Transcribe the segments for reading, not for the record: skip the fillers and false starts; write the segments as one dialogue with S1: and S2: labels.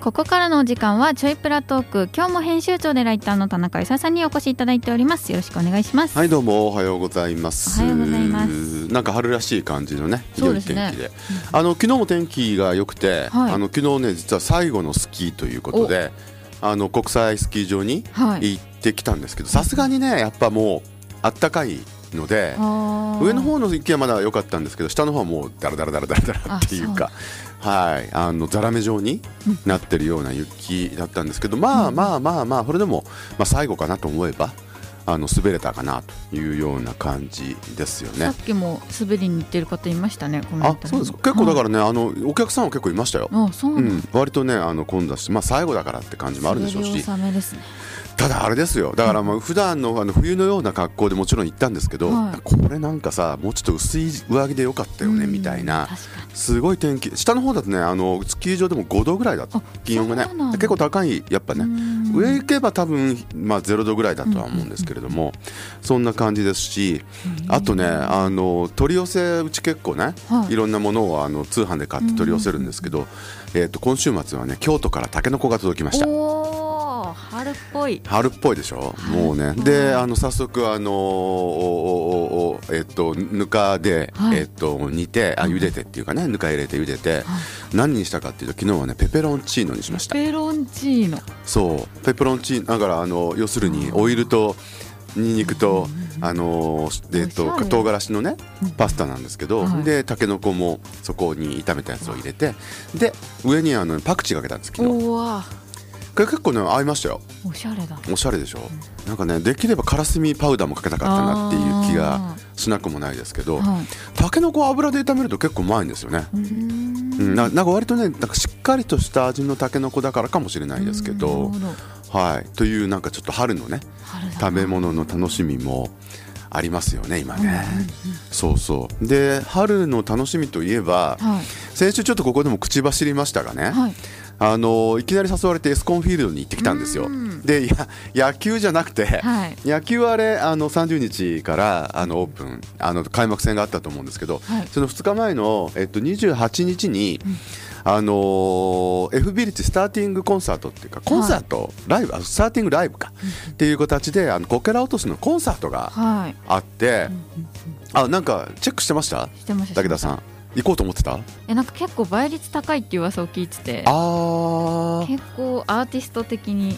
S1: ここからのお時間はちょいプラトーク。今日も編集長でライターの田中勲さんにお越しいただいております。よろしくお願いします。
S2: はい、どうもおはようございます。
S1: おはようございます。
S2: なんか春らしい感じのね、良い天気で、
S1: うん、
S2: 昨日も天気が良くて、はい、昨日ね実は最後のスキーということで国際スキー場に行ってきたんですけど、さすがにねやっぱもうあったかいので、上の方の雪はまだ良かったんですけど、下の方はもうダラダラダラダラダラっていうか、はい、ザラメ状になってるような雪だったんですけど、まあそれでも、最後かなと思えば滑れたかなというような感じですよね。
S1: さっきも滑りに行ってる方いましたね。
S2: そうですか。結構だからね、お客さんは結構いましたよ。割とね混んだし、最後だからって感じもあるでしょうし、ただあれですよ、だから普段の冬のような格好でもちろん行ったんですけど、これなんかさもうちょっと薄い上着でよかったよねみたいな、すごい天気。下の方だとねスキー場でも5度ぐらいだった気温がね、結構高い。やっぱね上行けば多分、0度ぐらいだとは思うんですけれども、そんな感じですし、あとね取り寄せ、うち結構ね、いろんなものを通販で買って取り寄せるんですけど、今週末はね京都からタケノコが届きました。
S1: 春っぽい
S2: でしょ。もうね、で早速ぬかで、煮て茹でてっていうかね、ぬか入れて茹でて、何にしたかっていうと、昨日はねペペロンチーノにしました。
S1: ペペロンチーノ。
S2: そうペペロンチーノだから要するにオイルとニンニクと唐辛子のねパスタなんですけど、でタケノコもそこに炒めたやつを入れて、で上にパクチーかけたんですけど、これ結構ね合いましたよ。
S1: おしゃれだ。
S2: おしゃれでしょ。なんかねできればカラスミパウダーもかけたかったなっていう気がしなくもないですけど、タケノコを油で炒めると結構うまいんですよね。なんか割とねなんかしっかりとした味のタケノコだからかもしれないですけど、はい、というなんかちょっと春のね食べ物の楽しみもありますよね今ね。そうそうで、春の楽しみといえば、先週ちょっとここでも口走りましたがね、いきなり誘われてエスコンフィールドに行ってきたんですよ。で野球じゃなくて、野球はあれ30日からオープン開幕戦があったと思うんですけど、その2日前の、28日に、F ビリッジスターティングコンサートっていうか、コンサート、ライブスターティングライブか、っていう形でこけら落としのコンサートがあって、なんかチェックしてました？武田さん行こうと思ってた？
S1: なんか結構倍率高いっていう噂を聞いてて、結構アーティスト的に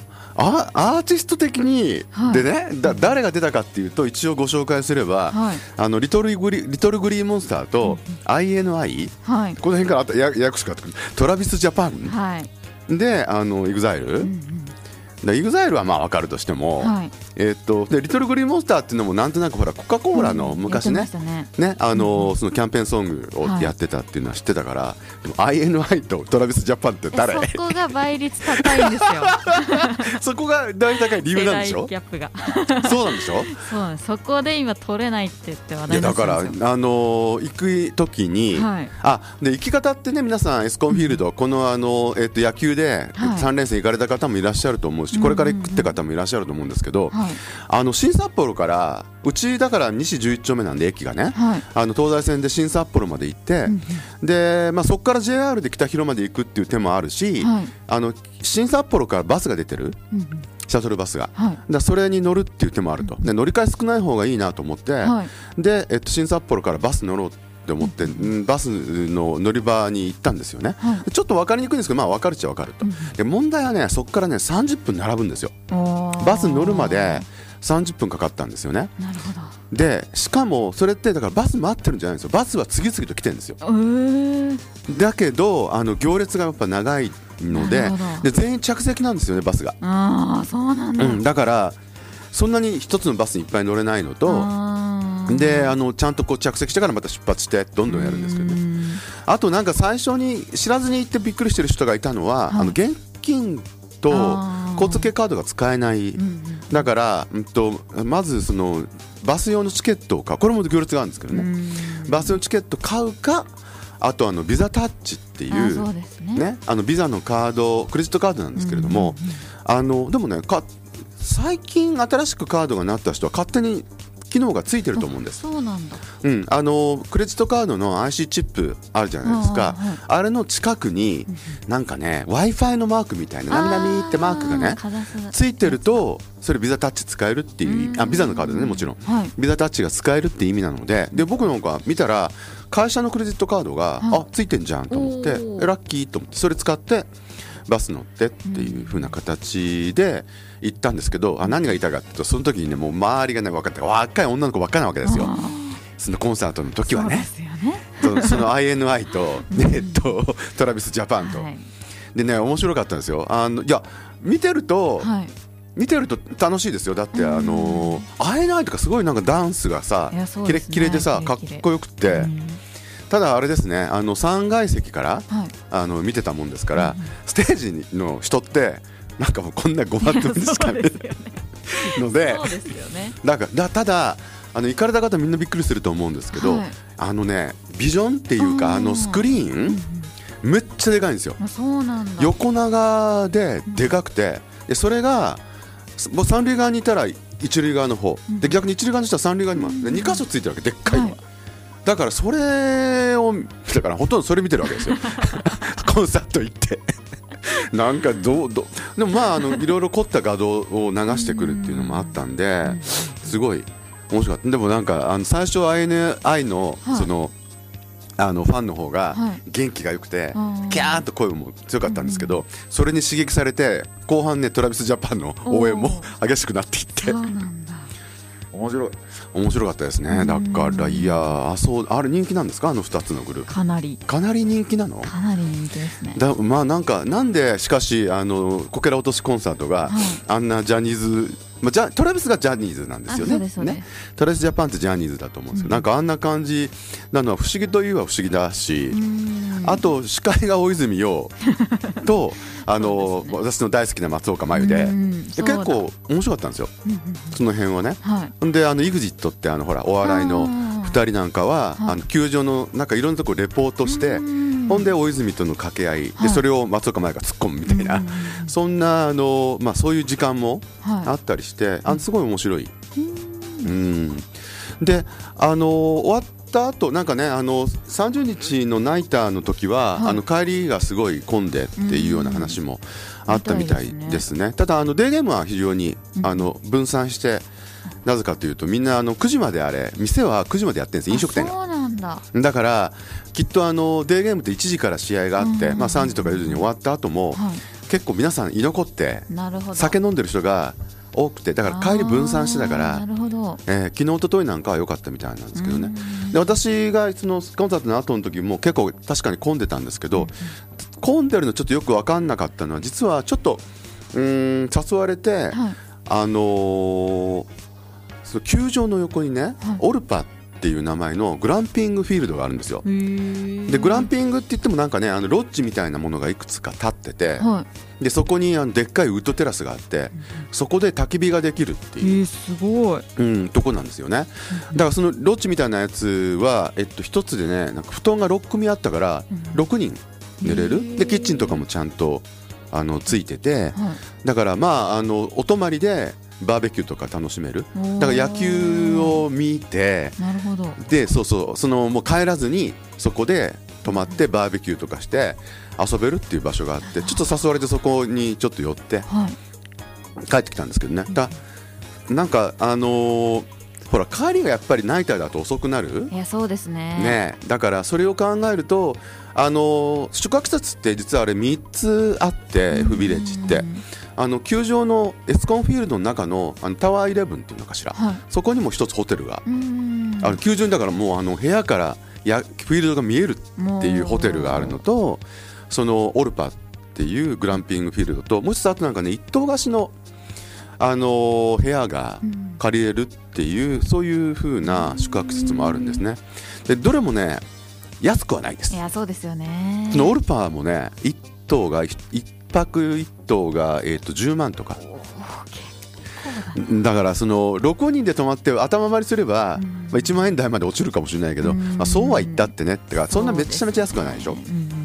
S1: でね、誰が出たかっていうと、一応ご紹介すれば、リトルグリーンモンスターと INI、この辺から訳しかってくるトラビスジャパン、でEXILE、EXILE は分かるとしても、でリトルグリーンモンスターっていうのもなんとなくほらコカ・コーラの昔ね、そのキャンペーンソングをやってたっていうのは知ってたから、でも INI とトラビスジャパンって誰？ そこが倍率高いんですよ。
S2: そこが倍率高い理由なんでしょ？
S1: 世代ギャップが。
S2: そうなんでしょ？
S1: そうなんです。そこで今取れないって言って話題になってますよ。
S2: だから行く時に、で行き方ってね、皆さんエスコンフィールド、この野球で3連戦行かれた方もいらっしゃると思うし、これから行くって方もいらっしゃると思うんですけど、新札幌からうちだから西11丁目なんで、駅がね、東西線で新札幌まで行って、で、そこから JR で北広まで行くっていう手もあるし、新札幌からバスが出てる、シャトルバスが、それに乗るっていう手もあると。で乗り換え少ない方がいいなと思って、で、新札幌からバス乗ろうって思って、バスの乗り場に行ったんですよね。ちょっと分かりにくいんですけど、分かるっちゃ分かると。で問題はね、そこからね30分並ぶんですよ。バスに乗るまで30分かかったんですよね。
S1: なるほど。
S2: でしかもそれってだからバス待ってるんじゃないんですよ。バスは次々と来てるんですよ。だけど行列がやっぱ長いので、全員着席なんですよね、バスが。
S1: そうなんだ。
S2: だからそんなに一つのバスにいっぱい乗れないのと、でちゃんとこう着席してからまた出発してどんどんやるんですけどね。あとなんか最初に知らずに行ってびっくりしてる人がいたのは、現金と交通系カードが使えない、だから、まずそのバス用のチケットを買う、これも行列があるんですけどね、バス用のチケット買うか、あとビザタッチっていう、ビザのカード、クレジットカードなんですけれども、でもね最近新しくカードがなった人は勝手に
S1: 機能がついてると思うんです。
S2: そうなんだ。
S1: クレジットカードの IC チップあるじゃないですか。あれの近くになんかね Wi-Fi のマークみたいななみなみってマークがねついてると、それビザタッチ使えるっていう、ビザのカードでねもちろん、ビザタッチが使えるって意味なので、僕なんか見たら会社のクレジットカードが、ついてんじゃんと思ってラッキーと思って、それ使ってバス乗ってっていう風な形で行ったんですけど、何が言いたいかというと、その時にねもう周りがね若い女の子ばっかりなわけですよ。そのコンサートの時はね、その INI と、トラビスジャパンと、でね面白かったんですよ。いや見てると楽しいですよ。だってINI とかすごいなんかダンスがさキレッキレでさかっこよくて、ただあれですね、3階席から、見てたもんですから、ステージの人ってなんかもうこんなごまってるんですかねので、ただ行かれた方みんなびっくりすると思うんですけど、ビジョンっていうかスクリーンめっちゃでかいんですよ。
S2: そうなんだ。
S1: 横長ででかくて、それがもう三塁側にいたら一塁側の方で、逆に一塁側の人は三塁側にも2箇所ついてるわけ、でっかいのが。だからそれをほとんどそれ見てるわけですよコンサート行ってなんかでもいろいろ凝った画像を流してくるっていうのもあったんで、すごい面白かった。でもなんか最初 INI のそのファンの方が元気が良くてキャーッと声も強かったんですけど、それに刺激されて後半ねトラビスジャパンの応援も激しくなっていって、面白かったですね。だからいやあれ人気なんですか、2つのグループ。
S2: かなり
S1: 人気なの。
S2: かなり人気ですね。
S1: なんでしかしこけら落としコンサートがあんなジャニーズ、トラビスがジャニーズなんですよね。トラビスジャパンってジャニーズだと思うんですけど、なんかあんな感じなのは不思議といえば不思議だし、あと司会が大泉洋と私の大好きな松岡茉優で、結構面白かったんですよ、その辺はね。でEXIT ってほらお笑いの2人なんかは球場のなんかいろんなとこレポートして、ほんで大泉との掛け合いでそれを松岡茉優が突っ込むみたいな、そんなそういう時間もあったりして、すごい面白い。で終わった後なんかね30日のナイターの時は、帰りがすごい混んでっていうような話もあったみたいですね。ただデーゲームは非常に分散して、なぜかというとみんな9時まで店は9時までやってるんです、飲食店が。
S2: そうなんだ。
S1: だからきっとデーゲームって1時から試合があって、3時とか4時に終わった後も、結構皆さん居残って酒飲んでる人が多くて、だから帰り分散してたから、昨日一昨日なんかは良かったみたいなんですけどね。で私がそのコンサートの後の時も結構確かに混んでたんですけど、混んでるのちょっとよく分かんなかったのは、実はちょっと誘われて、その球場の横にね、オルパっていう名前のグランピングフィールドがあるんですよ。でグランピングって言ってもなんかねロッジみたいなものがいくつか立ってて、でそこにでっかいウッドテラスがあって、そこで焚き火ができるっていう、
S2: すごい、
S1: とこなんですよね。だからそのロッジみたいなやつは、一つでねなんか布団が6組あったから6人寝れる。でキッチンとかもちゃんとついてて、だからお泊まりでバーベキューとか楽しめる。だから野球を見て、でもう帰らずにそこで泊まってバーベキューとかして遊べるっていう場所があって、ちょっと誘われてそこにちょっと寄って帰ってきたんですけどね。なんかほら帰りがやっぱりナイターだと遅くなる。
S2: いやそうですね。
S1: だからそれを考えると宿泊施設って実はあれ3つあって、F ビレッジって球場のエスコンフィールドの中のタワー11っていうのかしら、そこにも一つホテルが球場にだからもう部屋からフィールドが見えるっていうホテルがあるのと、そのオルパっていうグランピングフィールドと、もう一つあとなんかね一棟貸しの部屋が借りれるっていう、そういう風な宿泊施設もあるんですね。でどれもね安くはないです。
S2: いやそうですよね。
S1: そのオルパもね1棟が1泊1棟が10万とか。だからその6人で泊まって頭回りすれば、1万円台まで落ちるかもしれないけど、そうは言ったってねってか、そんなめちゃめちゃ安くはないでしょ。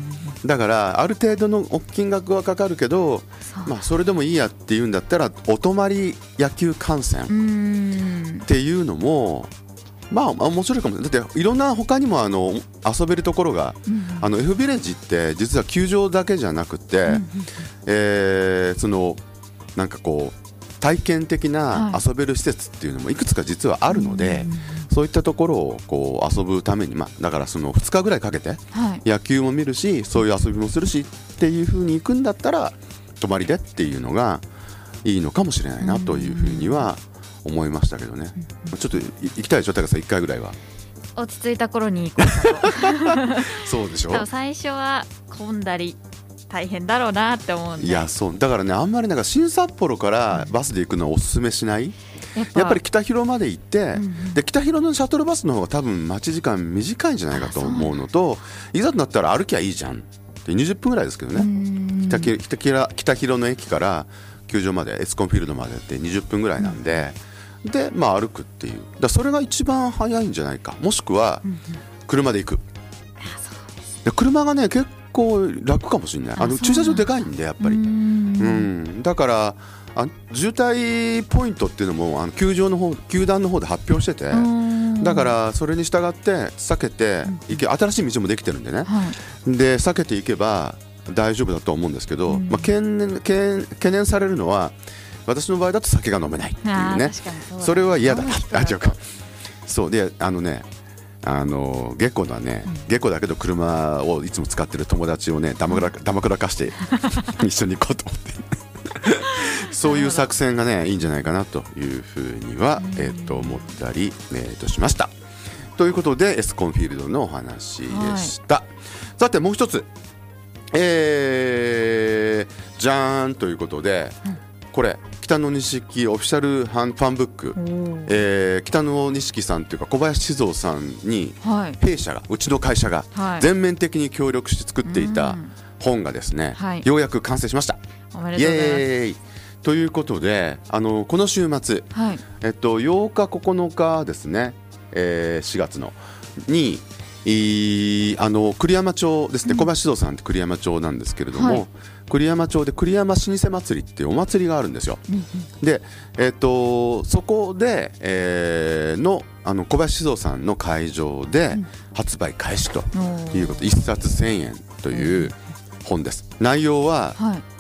S2: だからある程度の金額はかかるけど、それでもいいやっていうんだったらお泊まり野球観戦っていうのも面白いかも。だっていろんな他にも遊べるところが、F ビレッジって実は球場だけじゃなくて、そのなんかこう体験的な遊べる施設っていうのもいくつか実はあるので、そういったところをこう遊ぶために、だからその2日ぐらいかけて野球も見るし、そういう遊びもするしっていう風に行くんだったら泊まりでっていうのがいいのかもしれないなという風には思いましたけどね。ちょっと行きたいでしょ、高橋さん、1回ぐらいは。
S3: 落ち着いた頃に行こうかと
S2: そうでしょ。
S3: 多分最初は混んだり大変だろうなって思うんで。
S2: いや、そうだからね、あんまりなんか新札幌からバスで行くのはおすすめしない。やっぱり北広まで行って、で北広のシャトルバスの方が多分待ち時間短いんじゃないかと思うのと、いざとなったら歩きゃいいじゃんって20分ぐらいですけどね。北広の駅から球場まで、エスコンフィールドまでって20分ぐらいなんで、で歩くっていう、それが一番早いんじゃないか。もしくは車で行く。で車がね結構楽かもしれない。駐車場でかいんでやっぱり。だから渋滞ポイントっていうのも球団の方で発表してて、だからそれに従って避けていけ、新しい道もできてるんでね、で避けていけば大丈夫だと思うんですけど、懸念されるのは私の場合だと酒が飲めないっていうね。それは嫌だな。そうで下戸だね、下戸だけど車をいつも使ってる友達をねだまくらかして一緒に行こうと思ってそういう作戦がねいいんじゃないかなというふうには、思ったり、しました。ということでエスコンフィールドのお話でした。さてもう一つ、じゃーんということで、これ北野錦オフィシャルファンブック、北野錦さんというか小林静雄さんに、弊社がうちの会社が全面的に協力して作っていた本がですね、ようやく完成しました。
S3: おめでとうございます。
S2: イエーイということで、この週末、8日9日ですね、4月のに栗山町ですね、小林静雄さんって栗山町なんですけれども、栗山町で栗山老舗祭りっていうお祭りがあるんですよ。で、そこで、小林静雄さんの会場で発売開始ということ、1冊1000円という本です。内容は、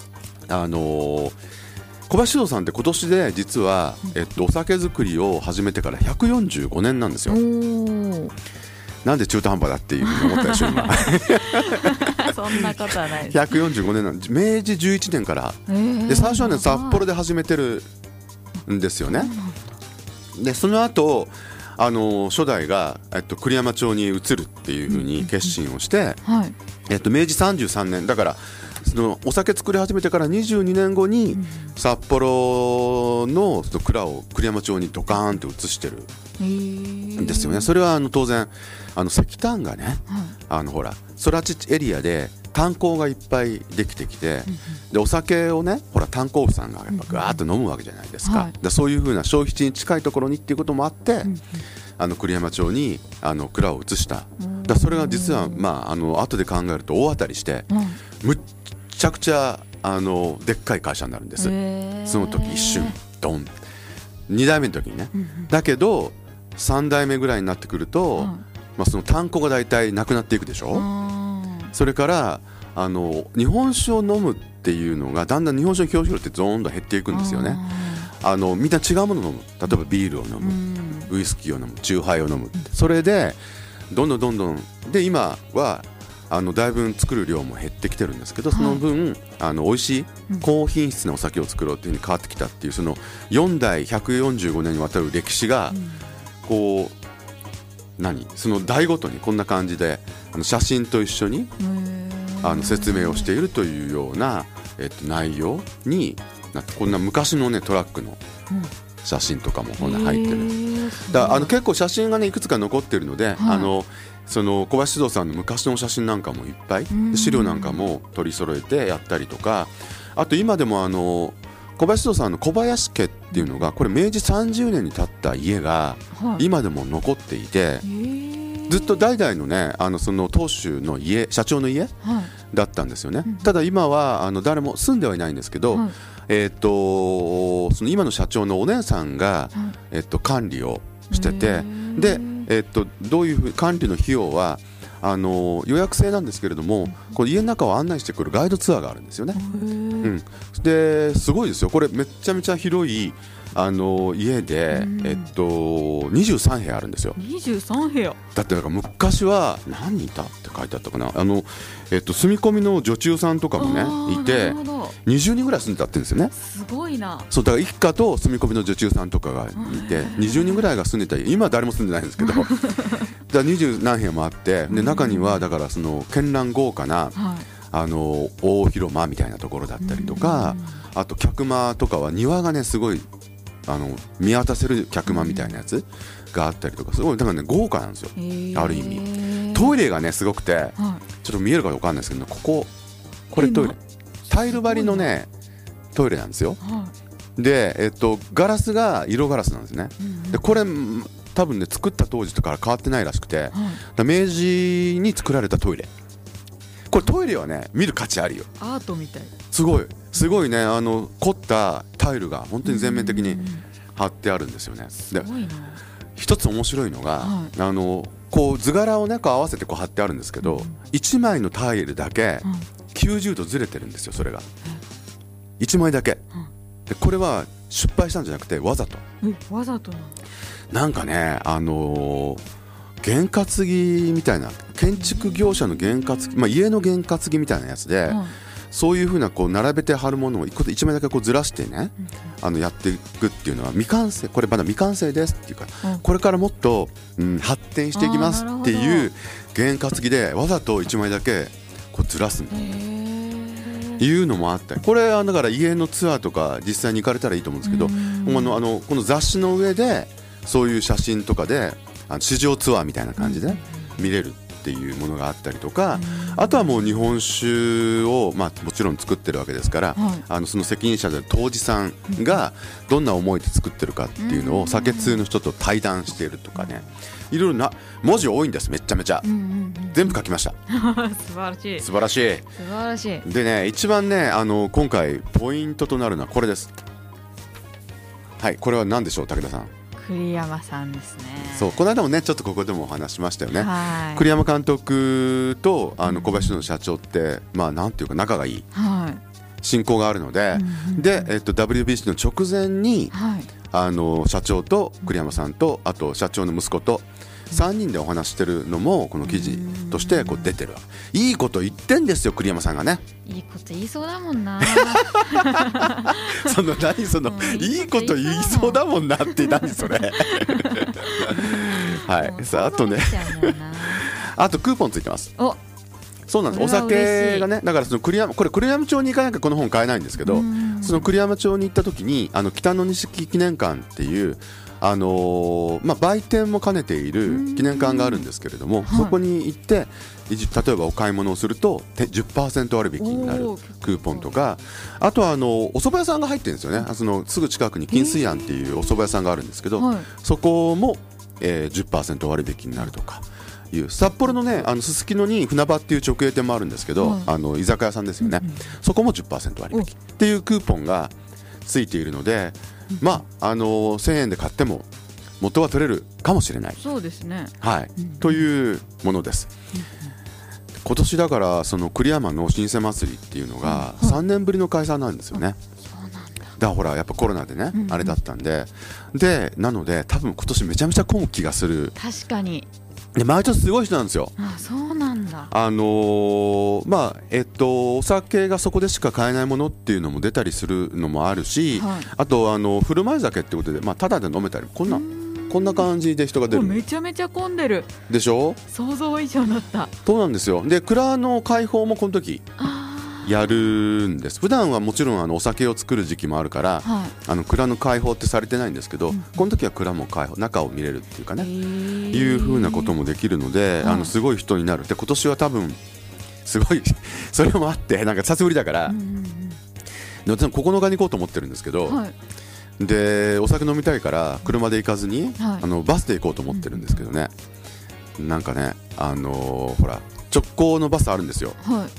S2: 小林静雄さんって今年で実は、お酒造りを始めてから145年なんですよ。なんで中途半端だっていうふうに思ったでしょ今
S3: そんなことはないです。
S2: 145年なんで、明治11年から、で最初はね札幌で始めてるんですよね。でその後初代が、栗山町に移るっていうふうに決心をして、明治33年だからそのお酒作り始めてから22年後に札幌の蔵を栗山町にドカーンと移してるんですよね。それは当然石炭がね、ほら空知エリアで炭鉱がいっぱいできてきて、でお酒をねほら炭鉱夫さんがやっぱガーッと飲むわけじゃないですか。でそういう風な消費地に近いところにっていうこともあって、栗山町に蔵を移した。だそれが実は後で考えると大当たりして、むっちゃくちゃでっかい会社になるんです。その時一瞬ドン、2代目の時にね、だけど3代目ぐらいになってくると、その炭鉱が大体なくなっていくでしょ。それから日本酒を飲むっていうのがだんだん日本酒の供給量ってどんどん減っていくんですよね。みんな違うものを飲む。例えばビールを飲む、ウイスキーを飲む、チューハイを飲む。それでどんどんで今はだいぶ作る量も減ってきてるんですけど、その分美味しい高品質なお酒を作ろうっていう風に変わってきたっていう、その4代145年にわたる歴史がこうその代ごとにこんな感じで写真と一緒に説明をしているというような、内容になって、こんな昔のねトラックの写真とかもこんな入ってる。だ結構写真がねいくつか残ってるので、その小林静雄さんの昔の写真なんかもいっぱい、資料なんかも取り揃えてやったりとか、あと今でも小林静雄さんの小林家っていうのが、これ明治30年に建った家が今でも残っていて、ずっと代々のねその当主の家、社長の家だったんですよね。ただ今は誰も住んではいないんですけど、その今の社長のお姉さんが、管理をしてて、で、どういう管理の費用は予約制なんですけれども、この家の中を案内してくるガイドツアーがあるんですよね。ですごいですよ。これめちゃめちゃ広い家で、23部屋あるんですよ。
S3: 23部屋
S2: だって昔は何人いたって書いてあったかな、住み込みの女中さんとかもねいて、20人ぐらい住んでたってんですよね。
S3: すごいな。
S2: そうだから一家と住み込みの女中さんとかがいて、20人ぐらいが住んでた。今は誰も住んでないんですけどだから20何部屋もあって、で中にはだからその絢爛豪華な、大広間みたいなところだったりとか、あと客間とかは庭がねすごい見渡せる客間みたいなやつがあったりとか、すごいだからね豪華なんですよ。ある意味トイレがねすごくて、ちょっと見えるか分かんないですけど、これトイレタイル張りのねトイレなんですよ。で、ガラスが色ガラスなんですね。でこれ多分ね作った当時とから変わってないらしくて、明治に作られたトイレ。これトイレはね見る価値あるよ。
S3: アートみたい。す
S2: ごいね凝ったタイルが本当に全面的に貼ってあるんですよね。で一つ面白いのが、こう図柄をねこう合わせてこう貼ってあるんですけど、1枚のタイルだけ90度ずれてるんですよ。それが1枚だけで、これは失敗したんじゃなくてわざとなんかね験担ぎみたいな、建築業者の験担ぎ、家の験担ぎみたいなやつで、そういうふうなこう並べて貼るものを1枚だけこうずらしてね、やっていくっていうのは未完成、これまだ未完成ですっていうか、これからもっと、発展していきますっていう験担ぎでわざと1枚だけこうずらすんだいうのもあったり、これはだから家のツアーとか実際に行かれたらいいと思うんですけど、この雑誌の上でそういう写真とかで市場ツアーみたいな感じで見れるっていうものがあったりとか、あとはもう日本酒を、もちろん作ってるわけですから、その責任者である杜氏さんがどんな思いで作ってるかっていうのを酒通の人と対談しているとかね、いろいろな文字多いんです。めちゃめちゃ、全部書きました素晴らしいでね、一番ね今回ポイントとなるのはこれです。はい、これは何でしょう、武田さん。
S3: 栗山さんですね。
S2: そう、この間もねちょっとここでもお話しましたよね。栗山監督と小林の社長ってなんていうか仲がいい、親交があるので、で、WBC の直前に、社長と栗山さんとあと社長の息子と3人でお話してるのもこの記事としてこう出てる。いいこと言ってんですよ栗山さんがね。
S3: いいこと言いそうだもんな
S2: いいこと言いそうだもんなって何それはい、さあ、あとねあとクーポンついてます。そうなんです。お酒がね、だから栗山町に行かなきゃこの本買えないんですけど、その栗山町に行った時に北の錦記念館っていう売店も兼ねている記念館があるんですけれども、そこに行って例えばお買い物をすると 10% 割引になるクーポンとか、あとはお蕎麦屋さんが入ってるんですよね。すぐ近くに金水庵っていうお蕎麦屋さんがあるんですけど、そこも、10% 割引になるとかいう、札幌のねすすきのに船場っていう直営店もあるんですけど、居酒屋さんですよね、そこも 10% 割引っていうクーポンがついているので、1000円で買っても元は取れるかもしれない。
S3: そうですね、
S2: というものです。今年だからその栗山の老舗祭りっていうのが3年ぶりの開催なんですよね。だからほらやっぱコロナでね、あれだったんで、なので多分今年めちゃめちゃ混む気がする。
S3: 確かに。
S2: で毎年すごい人なんですよ。
S3: そうなんだ。
S2: お酒がそこでしか買えないものっていうのも出たりするのもあるし、あと振る舞い酒ってことでタダで飲めたり、こんな感じで人が出る。
S3: めちゃめちゃ混んでる
S2: でしょ。
S3: 想像以上だった。
S2: そうなんですよ。で蔵の開放もこの時やるんです。普段はもちろんお酒を作る時期もあるから、蔵の開放ってされてないんですけど、この時は蔵も開放、中を見れるっていうかね、いう風なこともできるので、すごい人になる。で今年は多分すごいそれもあってなんか久しぶりだから、私も9日に行こうと思ってるんですけど、でお酒飲みたいから車で行かずに、バスで行こうと思ってるんですけどね、なんかねほら直行のバスあるんですよ。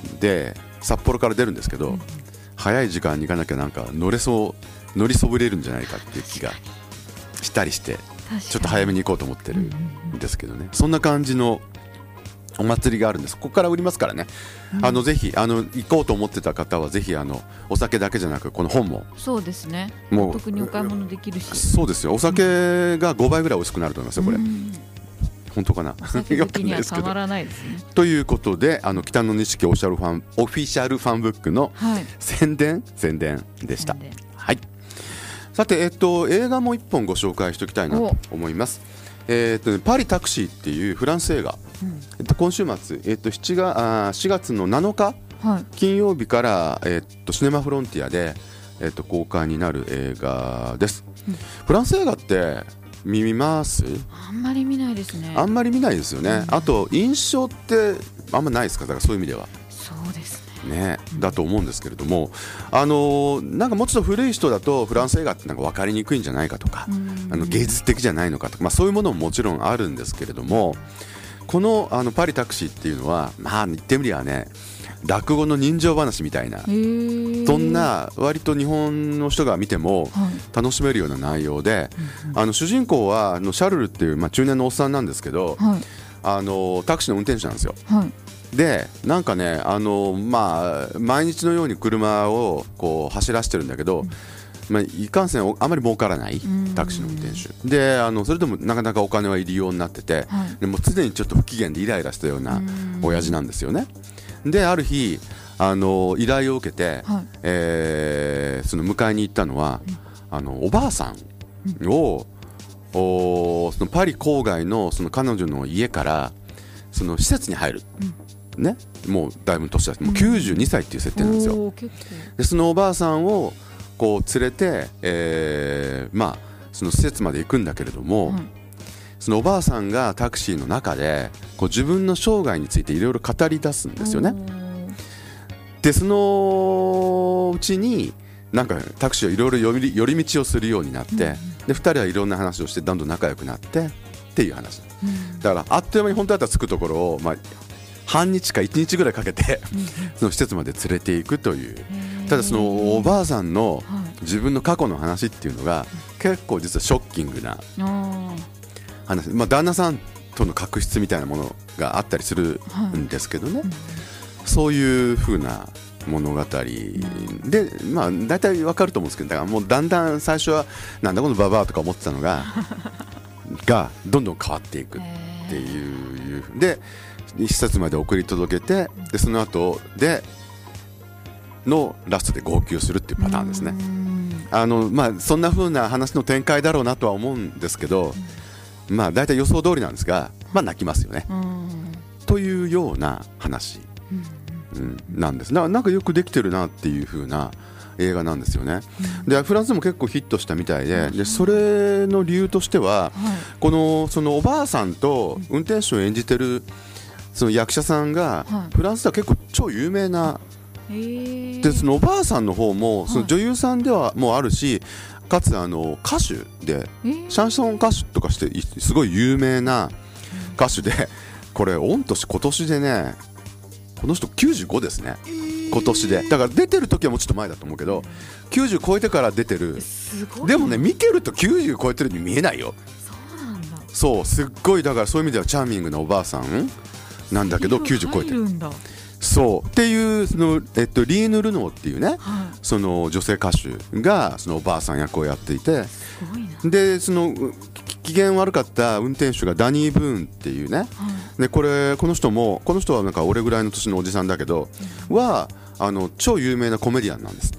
S2: で札幌から出るんですけど、早い時間に行かなきゃなんか乗りそぶれるんじゃないかっていう気がしたりして、ちょっと早めに行こうと思ってるんですけどね。そんな感じのお祭りがあるんです。ここから売りますからね、ぜひ行こうと思ってた方はぜひお酒だけじゃなくこの本も、
S3: そうですね、
S2: もう
S3: お得にお買い物できるし、
S2: そうですよ、お酒が5倍ぐらい美味しくなると思いますよこれ。本当かな。
S3: お酒好きにはたまらないですね。
S2: ということで北野錦オフィシャルファンブックの宣伝でした。はい、さて、映画も1本ご紹介しておきたいなと思います。パリタクシーっていうフランス映画、今週末、4月の7日、金曜日から、シネマフロンティアで、公開になる映画です。フランス映画って見ます？
S3: あんまり見ないですね。
S2: あんまり見ないですよね。あと印象ってあんまないですか？だからそういう意味では
S3: そうです
S2: ね、だと思うんですけれども、なんかもうちょっと古い人だとフランス映画ってなんか分かりにくいんじゃないかとか、芸術的じゃないのかとか、そういうものももちろんあるんですけれども、このパリタクシーっていうのは言ってみりゃね、落語の人情話みたいな、そんな割と日本の人が見ても楽しめるような内容で、主人公はシャルルっていう、中年のおっさんなんですけど、タクシーの運転手なんですよ。でなんかね、毎日のように車をこう走らせてるんだけど、いかんせんあまり儲からないタクシーの運転手で、それでもなかなかお金はいるようになってて、でも常にちょっと不機嫌でイライラしたような親父なんですよね。である日依頼を受けて、その迎えに行ったのは、おばあさんを、そのパリ郊外のその彼女の家からその施設に入る、もうだいぶ年だしてもう92歳っていう設定なんですよ。でそのおばあさんをこう連れて、その施設まで行くんだけれども、そのおばあさんがタクシーの中でこう自分の生涯についていろいろ語り出すんですよね。でそのうちになんかタクシーをいろいろ寄り道をするようになって、で2人はいろんな話をしてどんどん仲良くなってっていう話、だからあっという間に本当だったら着くところを、半日か1日ぐらいかけてその施設まで連れていくという。ただそのおばあさんの自分の過去の話っていうのが結構実はショッキングな話、旦那さんとの確執みたいなものがあったりするんですけどね、そういう風な物語で、大体わかると思うんですけど、だからもうだんだん最初はなんだこのババアとか思ってたのがどんどん変わっていくっていうで、施設まで送り届けて、でその後でのラストで号泣するっていうパターンですね。そんな風な話の展開だろうなとは思うんですけど、大体予想通りなんですが、泣きますよねというような話、なんです。なんかよくできてるなっていう風な映画なんですよね。でフランスでも結構ヒットしたみたいで、それの理由としては、そのおばあさんと運転手を演じてるその役者さんがフランスでは結構超有名な、でそのおばあさんの方もその女優さんではもうあるし、かつ歌手でシャンソン歌手とかしてすごい有名な歌手で、これ御年今年でね、この人95ですね、今年で。だから出てる時はもうちょっと前だと思うけど、90超えてから出てる。でもね、見てると90超えてるに見えないよ。
S3: そうなんだ。
S2: そうすっごい、だからそういう意味ではチャーミングなおばあさんなんだけど90超えてる。そうっていうその、リーヌ・ルノーっていうね、その女性歌手がそのおばあさん役をやっていて、でその機嫌悪かった運転手がダニー・ブーンっていうね、でこの人はなんか俺ぐらいの年のおじさんだけど、は超有名なコメディアンなんですって。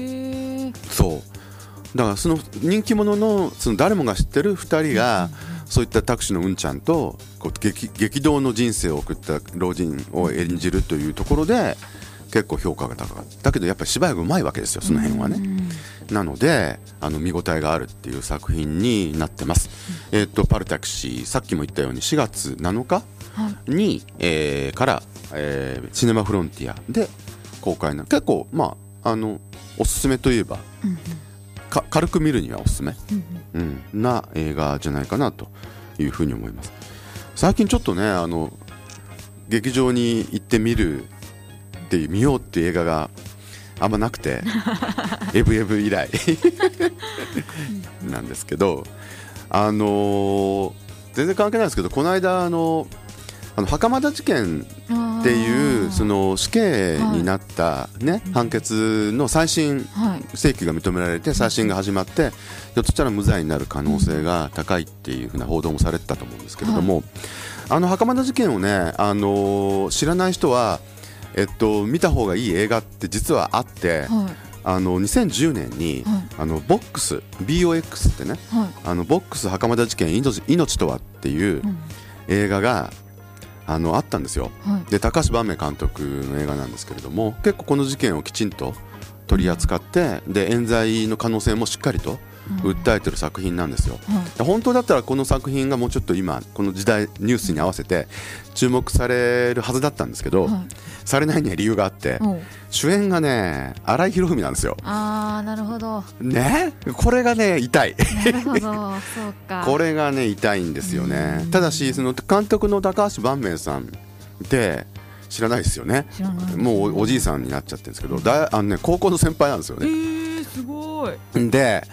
S2: そうだからその人気者のその誰もが知ってる2人が、そういったタクシーのうんちゃんとこう激動の人生を送った老人を演じるというところで結構評価が高かった。だけどやっぱり芝居がうまいわけですよ、その辺はね。なので見応えがあるっていう作品になってます。パルタクシー、さっきも言ったように4月7日に、から、シネマフロンティアで公開な、結構おすすめといえば、軽く見るにはおすすめ、な映画じゃないかなというふうに思います。最近ちょっとね劇場に行ってみるって見ようっていう映画があんまなくてエブエブ以来なんですけど、全然関係ないですけど、この間袴田事件っていうその死刑になった、ね、判決の再審請求が認められて再審が始まって、ひょっとしたら無罪になる可能性が高いっていうふうな報道もされてたと思うんですけれども、袴田事件をね、知らない人は、見た方がいい映画って実はあって、2010年に、ボックス BOX ってね、ボックス袴田事件命とはっていう映画があったんですよ、で高橋伴明監督の映画なんですけれども、結構この事件をきちんと取り扱って、で冤罪の可能性もしっかりと訴えてる作品なんですよ、本当だったらこの作品がもうちょっと今この時代ニュースに合わせて注目されるはずだったんですけど、されないには理由があって、主演がね新井博文なんですよ。
S3: なるほど
S2: ね、これがね痛い
S3: なるほどそうか
S2: これがね痛いんですよね。ただしその監督の高橋伴明さんって知らないですよね。もうおじいさんになっちゃってるんですけど、高校の先輩なんですよね。
S3: すごい。
S2: で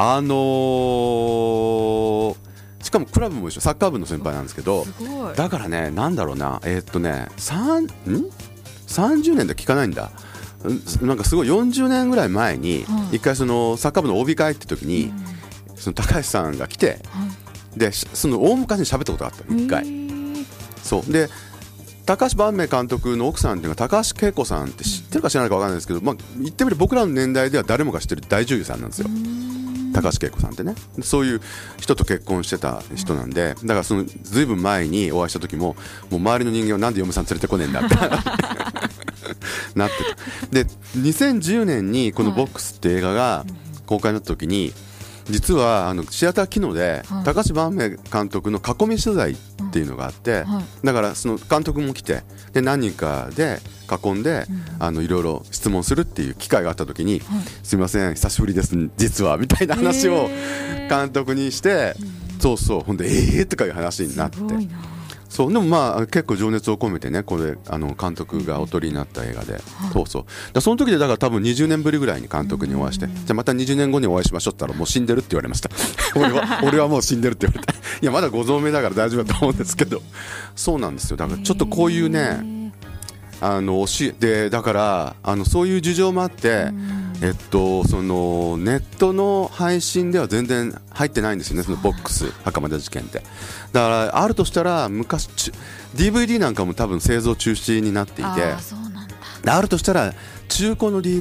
S2: しかもクラブも一緒、サッカー部の先輩なんですけど、だからね、なんだろうな、30年で聞かないんだ、なんかすごい40年ぐらい前に一回そのサッカー部の OB 会って時に、その高橋さんが来て、でその大昔に喋ったことがあったの、一回。そうで高橋伴明監督の奥さんっていうのが高橋恵子さんって知ってるか知らないか分からないですけど、言ってみれば僕らの年代では誰もが知ってる大女優さんなんですよ、高橋恵子さんってね。そういう人と結婚してた人なんで、だからそのずいぶん前にお会いした時も、もう周りの人間はなんで嫁さん連れてこねえんだってなってた。で2010年にこのボックスって映画が公開になった時に、実はシアター機能で高橋伴明監督の囲み取材っていうのがあって、だからその監督も来て、で何人かで囲んでいろいろ質問するっていう機会があった時に、すみません久しぶりです実はみたいな話を監督にして、そうそう、ほんでとかいう話になって、そうでも結構情熱を込めてね、これ監督がお撮りになった映画で、そうそう、その時でだから多分20年ぶりぐらいに監督にお会いして、じゃあまた20年後にお会いしましょうって言ったら、もう死んでるって言われました俺はもう死んでるって言われたいやまだご存命だから大丈夫だと思うんですけど、そうなんですよ。だからちょっとこういうねでだからそういう事情もあって、そのネットの配信では全然入ってないんですよね、そのボックス袴田事件って。だからあるとしたら昔DVD なんかも多分製造中止になっていて、あるとしたら中古の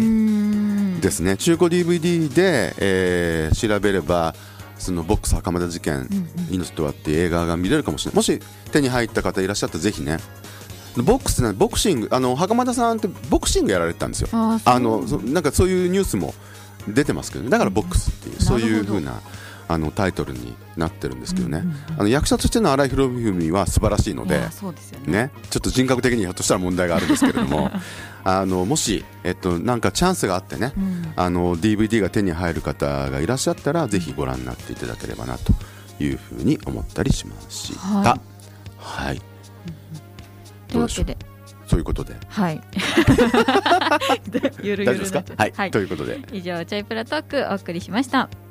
S2: DVD ですね。中古 DVD で、調べればそのボックス袴田事件、命とはっていう映画が見れるかもしれない。もし手に入った方いらっしゃったらぜひね。ボックスね、ボクシング袴田さんってボクシングやられてたんですよ。なんかそういうニュースも出てますけどね。だからボックスっていう、そういう風なタイトルになってるんですけどね、役者としての新井博文は素晴らしいので、ね、ちょっと人格的にひょっとしたら問題があるんですけれどももし、なんかチャンスがあってね、DVD が手に入る方がいらっしゃったらぜひご覧になっていただければなというふうに思ったりしました。はい、
S3: というわけで
S2: そういうことで、
S3: はいゆるゆる
S2: 大丈夫ですか。はい、ということで
S3: 以上チャイプラトークお送りしました。